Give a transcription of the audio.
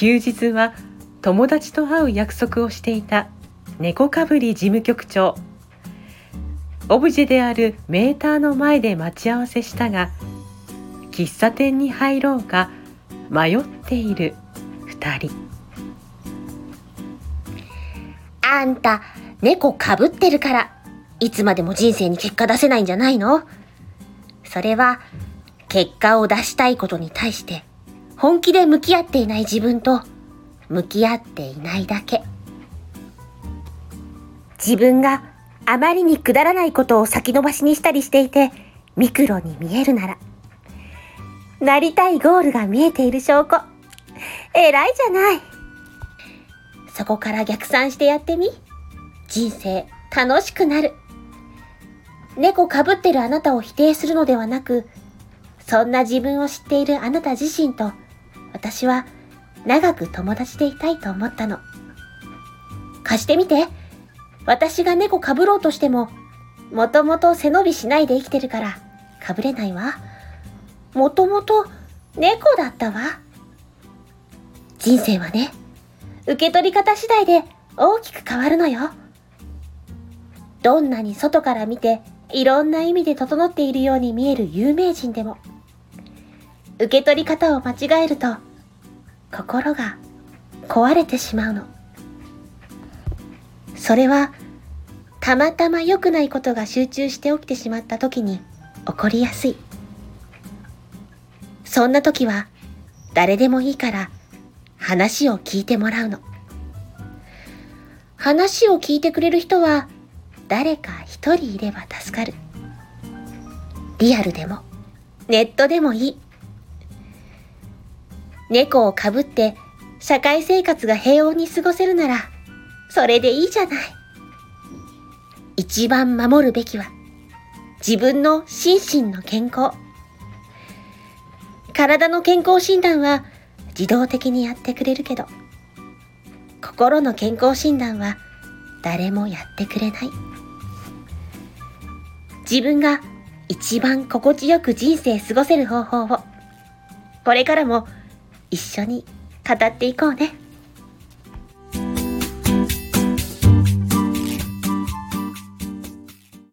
休日は友達と会う約束をしていた猫かぶり事務局長。オブジェであるメーターの前で待ち合わせしたが、喫茶店に入ろうか迷っている2人。 あんた、猫かぶってるから、いつまでも人生に結果出せないんじゃないの？それは、結果を出したいことに対して、本気で向き合っていない自分と、向き合っていないだけ。自分があまりにくだらないことを先延ばしにしたりしていて、ミクロに見えるなら、なりたいゴールが見えている証拠。偉いじゃない。そこから逆算してやってみ。人生楽しくなる。猫かぶってるあなたを否定するのではなく、そんな自分を知っているあなた自身と、私は長く友達でいたいと思ったの。貸してみて。私が猫かぶろうとしても、もともと背伸びしないで生きてるから、かぶれないわ。もともと猫だったわ。人生はね、受け取り方次第で大きく変わるのよ。どんなに外から見ていろんな意味で整っているように見える有名人でも、受け取り方を間違えると心が壊れてしまうの。それはたまたま良くないことが集中して起きてしまった時に起こりやすい。そんな時は誰でもいいから話を聞いてもらうの。話を聞いてくれる人は誰か一人いれば助かる。リアルでもネットでもいい。猫をかぶって社会生活が平穏に過ごせるならそれでいいじゃない。一番守るべきは自分の心身の健康。体の健康診断は自動的にやってくれるけど、心の健康診断は誰もやってくれない。自分が一番心地よく人生過ごせる方法を、これからも一緒に語っていこうね。